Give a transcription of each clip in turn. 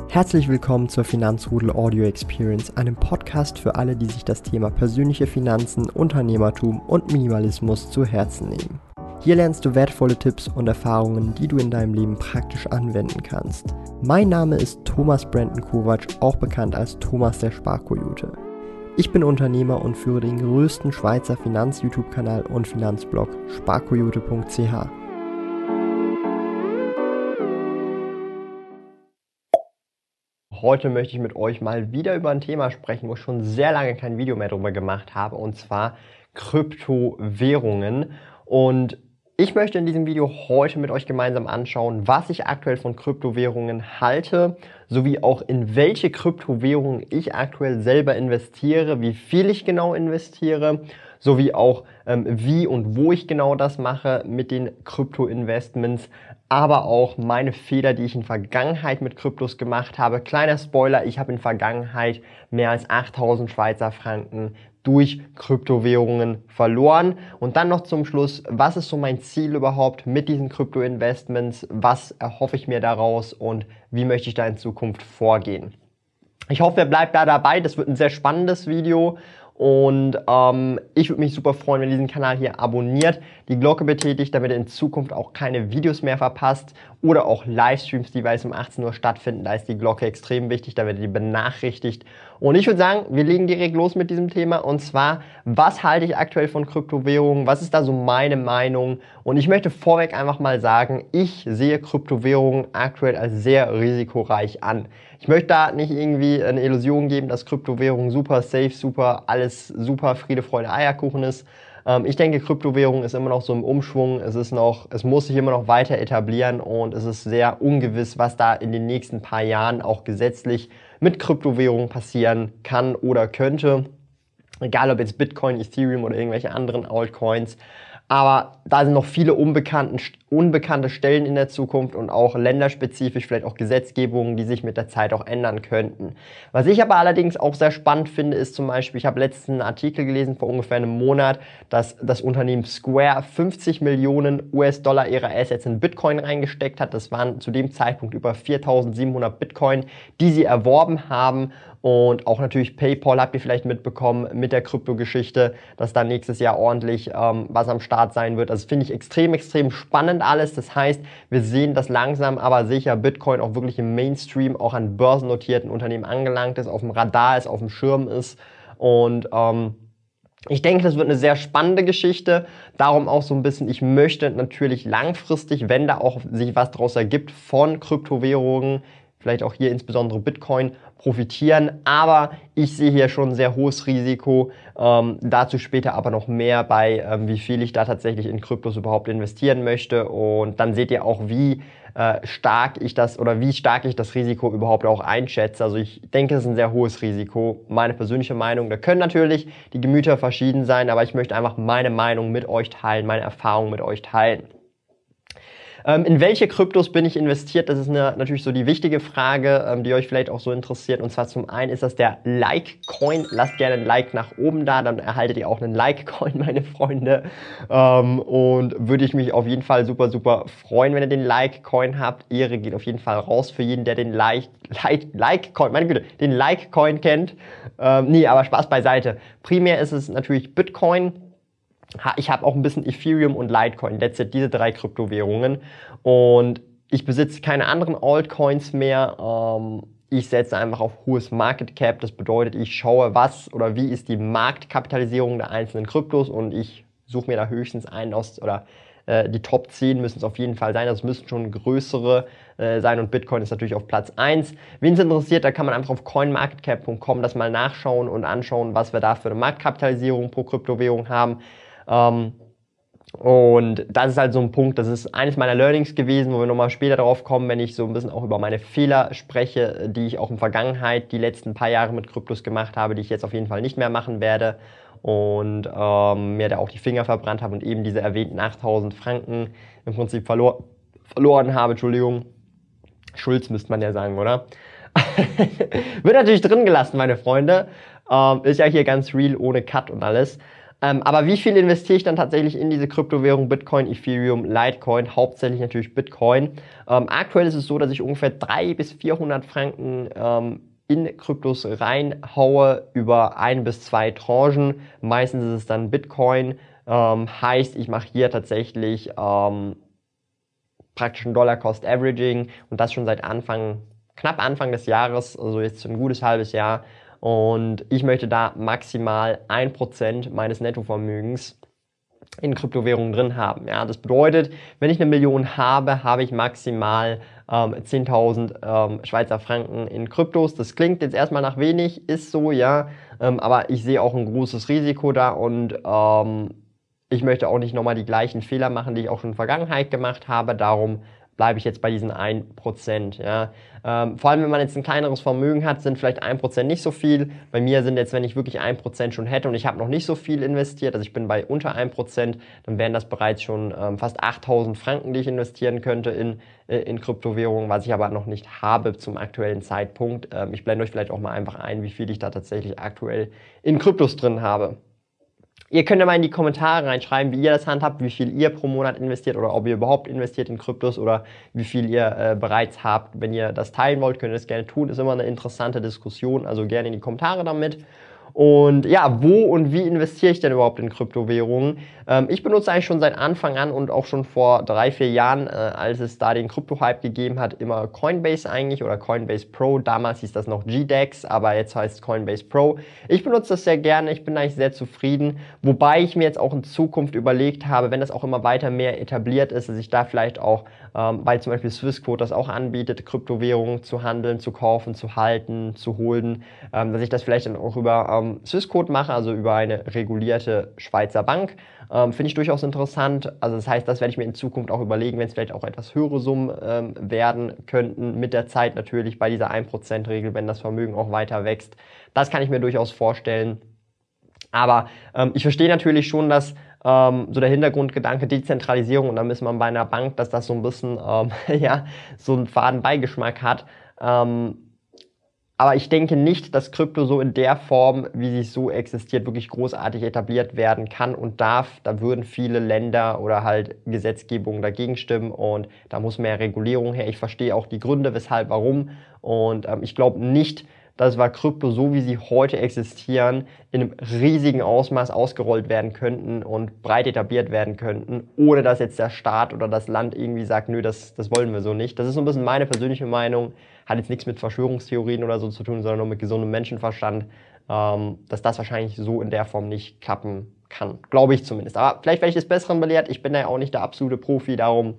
Herzlich willkommen zur Finanzrudel Audio Experience, einem Podcast für alle, die sich das Thema persönliche Finanzen, Unternehmertum und Minimalismus zu Herzen nehmen. Hier lernst du wertvolle Tipps und Erfahrungen, die du in deinem Leben praktisch anwenden kannst. Mein Name ist Thomas Brandon Kovac, auch bekannt als Thomas der Sparkoyote. Ich bin Unternehmer und führe den größten Schweizer Finanz-YouTube-Kanal und Finanzblog sparkoyote.ch. Heute möchte ich mit euch mal wieder über ein Thema sprechen, wo ich schon sehr lange kein Video mehr darüber gemacht habe, und zwar Kryptowährungen. Und ich möchte in diesem Video heute mit euch gemeinsam anschauen, was ich aktuell von Kryptowährungen halte, sowie auch in welche Kryptowährungen ich aktuell selber investiere, wie viel ich genau investiere, sowie auch wie und wo ich genau das mache mit den Krypto-Investments, aber auch meine Fehler, die ich in Vergangenheit mit Kryptos gemacht habe. Kleiner Spoiler, ich habe in Vergangenheit mehr als 8.000 Schweizer Franken durch Kryptowährungen verloren. Und dann noch zum Schluss, was ist so mein Ziel überhaupt mit diesen Krypto-Investments? Was erhoffe ich mir daraus und wie möchte ich da in Zukunft vorgehen? Ich hoffe, ihr bleibt da dabei. Das wird ein sehr spannendes Video. Und ich würde mich super freuen, wenn ihr diesen Kanal hier abonniert, die Glocke betätigt, damit ihr in Zukunft auch keine Videos mehr verpasst oder auch Livestreams, die jeweils um 18 Uhr stattfinden. Da ist die Glocke extrem wichtig, da werdet ihr benachrichtigt. Und ich würde sagen, wir legen direkt los mit diesem Thema, und zwar, was halte ich aktuell von Kryptowährungen, was ist da so meine Meinung? Und ich möchte vorweg einfach mal sagen, ich sehe Kryptowährungen aktuell als sehr risikoreich an. Ich möchte da nicht irgendwie eine Illusion geben, dass Kryptowährungen super safe, super, alles super, Friede, Freude, Eierkuchen ist. Ich denke, Kryptowährung ist immer noch so im Umschwung. Es muss sich immer noch weiter etablieren, und es ist sehr ungewiss, was da in den nächsten paar Jahren auch gesetzlich mit Kryptowährungen passieren kann oder könnte. Egal ob jetzt Bitcoin, Ethereum oder irgendwelche anderen Altcoins. Aber da sind noch viele unbekannte Stellen in der Zukunft und auch länderspezifisch vielleicht auch Gesetzgebungen, die sich mit der Zeit auch ändern könnten. Was ich aber allerdings auch sehr spannend finde, ist zum Beispiel, ich habe letztens einen Artikel gelesen vor ungefähr einem Monat, dass das Unternehmen Square 50 Millionen US-Dollar ihrer Assets in Bitcoin reingesteckt hat. Das waren zu dem Zeitpunkt über 4.700 Bitcoin, die sie erworben haben. Und auch natürlich PayPal habt ihr vielleicht mitbekommen mit der Kryptogeschichte, dass da nächstes Jahr ordentlich was am Start sein wird. Also finde ich extrem, extrem spannend alles. Das heißt, wir sehen, dass langsam aber sicher Bitcoin auch wirklich im Mainstream auch an börsennotierten Unternehmen angelangt ist, auf dem Radar ist, auf dem Schirm ist. Und ich denke, das wird eine sehr spannende Geschichte. Darum auch so ein bisschen, ich möchte natürlich langfristig, wenn da auch sich was daraus ergibt von Kryptowährungen, vielleicht auch hier insbesondere Bitcoin, profitieren. Aber ich sehe hier schon ein sehr hohes Risiko. Dazu später aber noch mehr bei, wie viel ich da tatsächlich in Kryptos überhaupt investieren möchte. Und dann seht ihr auch, wie stark ich das Risiko überhaupt auch einschätze. Also ich denke, es ist ein sehr hohes Risiko. Meine persönliche Meinung. Da können natürlich die Gemüter verschieden sein, aber ich möchte einfach meine Meinung mit euch teilen, meine Erfahrungen mit euch teilen. In welche Kryptos bin ich investiert? Das ist natürlich so die wichtige Frage, die euch vielleicht auch so interessiert. Und zwar zum einen ist das der Litecoin. Lasst gerne ein Like nach oben da, dann erhaltet ihr auch einen Litecoin, meine Freunde. Und würde ich mich auf jeden Fall super, super freuen, wenn ihr den Litecoin habt. Ehre geht auf jeden Fall raus für jeden, der den Litecoin, meine Güte, den Litecoin kennt. Nee, aber Spaß beiseite. Primär ist es natürlich Bitcoin. Ich habe auch ein bisschen Ethereum und Litecoin, letztendlich diese 3 Kryptowährungen, und ich besitze keine anderen Altcoins mehr. Ich setze einfach auf hohes Market Cap, das bedeutet, ich schaue, was oder wie ist die Marktkapitalisierung der einzelnen Kryptos, und ich suche mir da höchstens einen aus, oder die Top 10 müssen es auf jeden Fall sein, das müssten schon größere sein, und Bitcoin ist natürlich auf Platz 1. Wen es interessiert, da kann man einfach auf coinmarketcap.com das mal nachschauen und anschauen, was wir da für eine Marktkapitalisierung pro Kryptowährung haben. Und das ist halt so ein Punkt, das ist eines meiner Learnings gewesen, wo wir nochmal später drauf kommen, wenn ich so ein bisschen auch über meine Fehler spreche, die ich auch in Vergangenheit die letzten paar Jahre mit Kryptos gemacht habe, die ich jetzt auf jeden Fall nicht mehr machen werde, und mir da auch die Finger verbrannt habe und eben diese erwähnten 8.000 Franken im Prinzip verloren habe, Entschuldigung, Schulz müsste man ja sagen, oder? Wird natürlich drin gelassen, meine Freunde, ist ja hier ganz real, ohne Cut und alles. Aber wie viel investiere ich dann tatsächlich in diese Kryptowährung Bitcoin, Ethereum, Litecoin, hauptsächlich natürlich Bitcoin? Aktuell ist es so, dass ich ungefähr 300 bis 400 Franken in Kryptos reinhaue über 1 bis 2 Tranchen. Meistens ist es dann Bitcoin. Heißt, ich mache hier tatsächlich praktisch ein Dollar-Cost-Averaging und das schon seit knapp Anfang des Jahres, also jetzt ein gutes halbes Jahr. Und ich möchte da maximal 1% meines Nettovermögens in Kryptowährungen drin haben. Ja, das bedeutet, wenn ich 1 Million habe, habe ich maximal 10.000 Schweizer Franken in Kryptos. Das klingt jetzt erstmal nach wenig, ist so, ja, aber ich sehe auch ein großes Risiko da und ich möchte auch nicht nochmal die gleichen Fehler machen, die ich auch schon in der Vergangenheit gemacht habe. Darum bleibe ich jetzt bei diesen 1%. Ja. Vor allem, wenn man jetzt ein kleineres Vermögen hat, sind vielleicht 1% nicht so viel. Bei mir sind jetzt, wenn ich wirklich 1% schon hätte und ich habe noch nicht so viel investiert, also ich bin bei unter 1%, dann wären das bereits schon fast 8.000 Franken, die ich investieren könnte in Kryptowährungen, was ich aber noch nicht habe zum aktuellen Zeitpunkt. Ich blende euch vielleicht auch mal einfach ein, wie viel ich da tatsächlich aktuell in Kryptos drin habe. Ihr könnt ja mal in die Kommentare reinschreiben, wie ihr das handhabt, wie viel ihr pro Monat investiert oder ob ihr überhaupt investiert in Kryptos oder wie viel ihr bereits habt. Wenn ihr das teilen wollt, könnt ihr das gerne tun. Ist immer eine interessante Diskussion, also gerne in die Kommentare damit. Und ja, wo und wie investiere ich denn überhaupt in Kryptowährungen? Ich benutze eigentlich schon seit Anfang an und auch schon vor 3, 4 Jahren, als es da den Krypto-Hype gegeben hat, immer Coinbase eigentlich oder Coinbase Pro. Damals hieß das noch GDEX, aber jetzt heißt es Coinbase Pro. Ich benutze das sehr gerne, ich bin eigentlich sehr zufrieden, wobei ich mir jetzt auch in Zukunft überlegt habe, wenn das auch immer weiter mehr etabliert ist, dass ich da vielleicht auch, weil zum Beispiel Swissquote das auch anbietet, Kryptowährungen zu handeln, zu kaufen, zu halten, zu holen, dass ich das vielleicht dann auch über Swissquote mache, also über eine regulierte Schweizer Bank. Finde ich durchaus interessant. Also das heißt, das werde ich mir in Zukunft auch überlegen, wenn es vielleicht auch etwas höhere Summen werden könnten, mit der Zeit natürlich bei dieser 1%-Regel, wenn das Vermögen auch weiter wächst. Das kann ich mir durchaus vorstellen. Aber ich verstehe natürlich schon, dass so der Hintergrundgedanke Dezentralisierung und dann ist man bei einer Bank, dass das so ein bisschen ja, so einen faden Beigeschmack hat. Aber ich denke nicht, dass Krypto so in der Form, wie sie so existiert, wirklich großartig etabliert werden kann und darf. Da würden viele Länder oder halt Gesetzgebungen dagegen stimmen und da muss mehr Regulierung her. Ich verstehe auch die Gründe, weshalb, warum. Und ich glaube nicht, dass Krypto, so wie sie heute existieren, in einem riesigen Ausmaß ausgerollt werden könnten und breit etabliert werden könnten, ohne dass jetzt der Staat oder das Land irgendwie sagt, nö, das wollen wir so nicht. Das ist so ein bisschen meine persönliche Meinung. Hat jetzt nichts mit Verschwörungstheorien oder so zu tun, sondern nur mit gesundem Menschenverstand, dass das wahrscheinlich so in der Form nicht klappen kann. Glaube ich zumindest. Aber vielleicht werde ich des Besseren belehrt. Ich bin ja auch nicht der absolute Profi, darum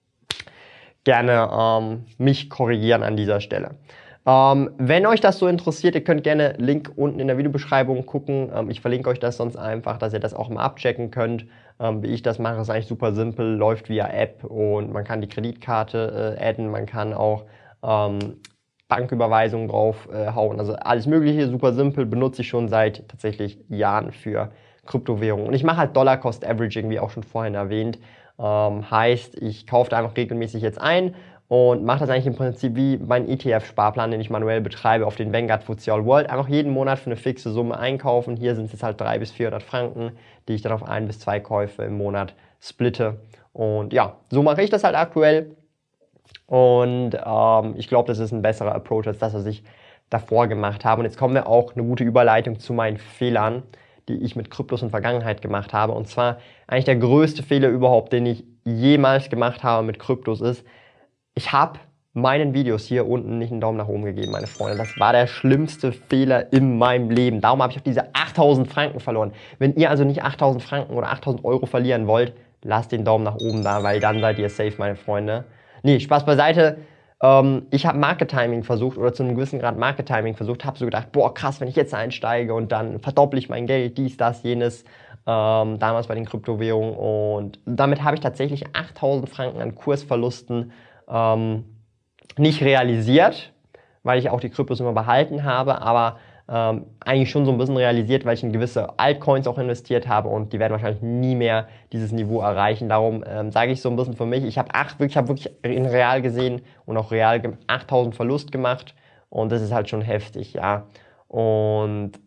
gerne mich korrigieren an dieser Stelle. Wenn euch das so interessiert, ihr könnt gerne Link unten in der Videobeschreibung gucken. Ich verlinke euch das sonst einfach, dass ihr das auch mal abchecken könnt. Wie ich das mache, ist eigentlich super simpel, läuft via App und man kann die Kreditkarte adden, man kann auch Banküberweisungen drauf hauen. Also alles Mögliche, super simpel, benutze ich schon seit tatsächlich Jahren für Kryptowährungen. Und ich mache halt Dollar-Cost-Averaging, wie auch schon vorhin erwähnt. Heißt, ich kaufe da einfach regelmäßig jetzt ein und mache das eigentlich im Prinzip wie mein ETF-Sparplan, den ich manuell betreibe auf den Vanguard FTSE All World. Einfach jeden Monat für eine fixe Summe einkaufen. Hier sind es jetzt halt 300 bis 400 Franken, die ich dann auf 1 bis 2 Käufe im Monat splitte. Und ja, so mache ich das halt aktuell. Und ich glaube, das ist ein besserer Approach als das, was ich davor gemacht habe. Und jetzt kommen wir auch eine gute Überleitung zu meinen Fehlern, die ich mit Kryptos in der Vergangenheit gemacht habe. Und zwar eigentlich der größte Fehler überhaupt, den ich jemals gemacht habe mit Kryptos ist, ich habe meinen Videos hier unten nicht einen Daumen nach oben gegeben, meine Freunde. Das war der schlimmste Fehler in meinem Leben. Darum habe ich auch diese 8.000 Franken verloren. Wenn ihr also nicht 8.000 Franken oder 8.000 Euro verlieren wollt, lasst den Daumen nach oben da, weil dann seid ihr safe, meine Freunde. Nee, Spaß beiseite. Ich habe Market Timing versucht oder zu einem gewissen Grad Market Timing versucht. Habe so gedacht, boah krass, wenn ich jetzt einsteige und dann verdopple ich mein Geld, dies, das, jenes. Damals bei den Kryptowährungen. Und damit habe ich tatsächlich 8.000 Franken an Kursverlusten nicht realisiert, weil ich auch die Kryptos immer behalten habe, aber eigentlich schon so ein bisschen realisiert, weil ich in gewisse Altcoins auch investiert habe und die werden wahrscheinlich nie mehr dieses Niveau erreichen. Darum sage ich so ein bisschen für mich, ich habe wirklich in real gesehen und auch real 8.000 Verlust gemacht und das ist halt schon heftig, ja. Und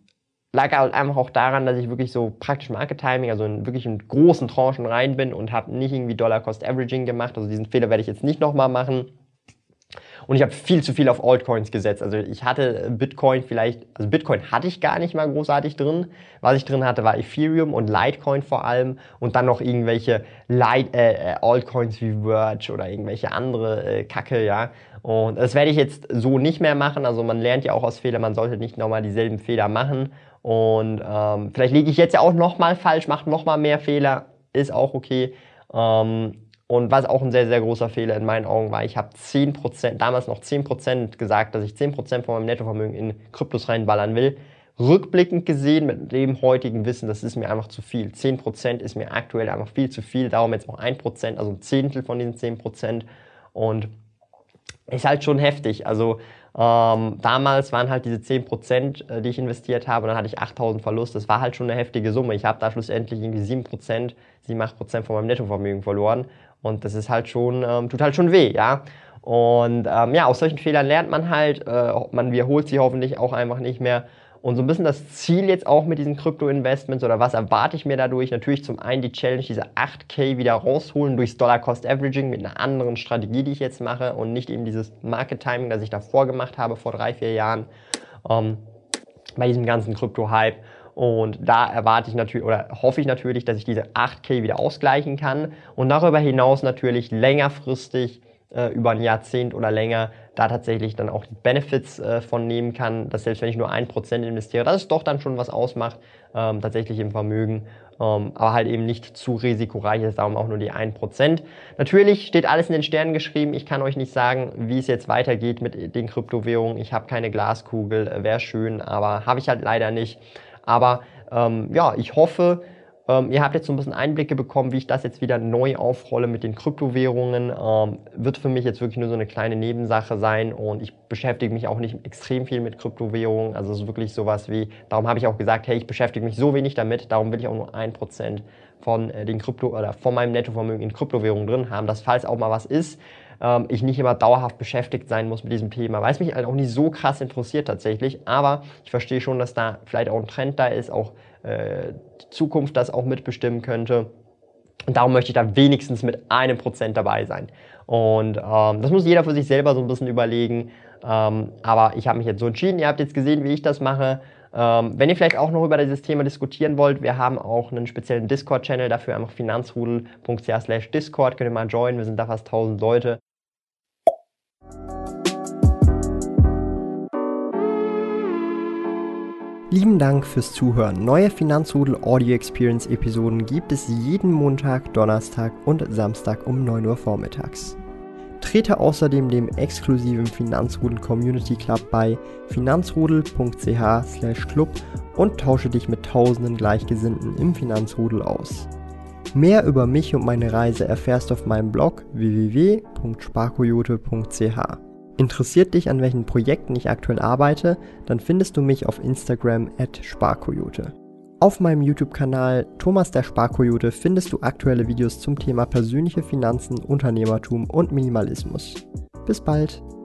lag halt einfach auch daran, dass ich wirklich so praktisch Market Timing, also wirklich in großen Tranchen rein bin und habe nicht irgendwie Dollar Cost Averaging gemacht. Also diesen Fehler werde ich jetzt nicht nochmal machen. Und ich habe viel zu viel auf Altcoins gesetzt. Also ich hatte Bitcoin also Bitcoin hatte ich gar nicht mal großartig drin. Was ich drin hatte, war Ethereum und Litecoin vor allem. Und dann noch irgendwelche Altcoins wie Verge oder irgendwelche andere Kacke, ja. Und das werde ich jetzt so nicht mehr machen. Also man lernt ja auch aus Fehlern, man sollte nicht nochmal dieselben Fehler machen. Und vielleicht liege ich jetzt ja auch nochmal falsch, mache nochmal mehr Fehler, ist auch okay. Und was auch ein sehr, sehr großer Fehler in meinen Augen war, ich habe 10%, damals noch 10% gesagt, dass ich 10% von meinem Nettovermögen in Kryptos reinballern will. Rückblickend gesehen, mit dem heutigen Wissen, das ist mir einfach zu viel. 10% ist mir aktuell einfach viel zu viel, darum jetzt noch 1%, also ein Zehntel von diesen 10%. Und ist halt schon heftig. Also damals waren halt diese 10%, die ich investiert habe, und dann hatte ich 8.000 Verlust. Das war halt schon eine heftige Summe. Ich habe da schlussendlich irgendwie 7%, 8% von meinem Nettovermögen verloren. Und das ist halt schon, tut halt schon weh, ja. Und ja, aus solchen Fehlern lernt man halt, man wiederholt sie hoffentlich auch einfach nicht mehr. Und so ein bisschen das Ziel jetzt auch mit diesen Krypto-Investments, oder was erwarte ich mir dadurch? Natürlich zum einen die Challenge, diese 8K wieder rausholen durchs Dollar-Cost-Averaging mit einer anderen Strategie, die ich jetzt mache, und nicht eben dieses Market-Timing, das ich davor gemacht habe, vor 3-4 Jahren, bei diesem ganzen Krypto-Hype. Und da erwarte ich natürlich oder hoffe ich natürlich, dass ich diese 8K wieder ausgleichen kann und darüber hinaus natürlich längerfristig über ein Jahrzehnt oder länger da tatsächlich dann auch die Benefits von nehmen kann, dass selbst wenn ich nur 1% investiere, dass es doch dann schon was ausmacht, tatsächlich im Vermögen, aber halt eben nicht zu risikoreich ist, darum auch nur die 1%. Natürlich steht alles in den Sternen geschrieben, ich kann euch nicht sagen, wie es jetzt weitergeht mit den Kryptowährungen, ich habe keine Glaskugel, wäre schön, aber habe ich halt leider nicht. Aber ja, ich hoffe, ihr habt jetzt so ein bisschen Einblicke bekommen, wie ich das jetzt wieder neu aufrolle mit den Kryptowährungen. Wird für mich jetzt wirklich nur so eine kleine Nebensache sein, und ich beschäftige mich auch nicht extrem viel mit Kryptowährungen. Also es ist wirklich sowas wie, darum habe ich auch gesagt, hey, ich beschäftige mich so wenig damit, darum will ich auch nur 1% von den oder von meinem Nettovermögen in Kryptowährungen drin haben, dass falls auch mal was ist, ich nicht immer dauerhaft beschäftigt sein muss mit diesem Thema, weil es mich halt auch nicht so krass interessiert tatsächlich, aber ich verstehe schon, dass da vielleicht auch ein Trend da ist, auch die Zukunft das auch mitbestimmen könnte, und darum möchte ich da wenigstens mit 1% dabei sein. Und das muss jeder für sich selber so ein bisschen überlegen, aber ich habe mich jetzt so entschieden, ihr habt jetzt gesehen, wie ich das mache. Wenn ihr vielleicht auch noch über dieses Thema diskutieren wollt, wir haben auch einen speziellen Discord-Channel dafür, einfach finanzrudel.ch/Discord, könnt ihr mal joinen, wir sind da fast 1000 Leute. Lieben Dank fürs Zuhören. Neue Finanzrudel Audio Experience Episoden gibt es jeden Montag, Donnerstag und Samstag um 9 Uhr vormittags. Trete außerdem dem exklusiven Finanzrudel Community Club bei finanzrudel.ch/Club und tausche dich mit tausenden Gleichgesinnten im Finanzrudel aus. Mehr über mich und meine Reise erfährst du auf meinem Blog www.sparkoyote.ch. Interessiert dich, an welchen Projekten ich aktuell arbeite, dann findest du mich auf Instagram @sparkoyote. Auf meinem YouTube-Kanal Thomas der Sparkoyote findest du aktuelle Videos zum Thema persönliche Finanzen, Unternehmertum und Minimalismus. Bis bald!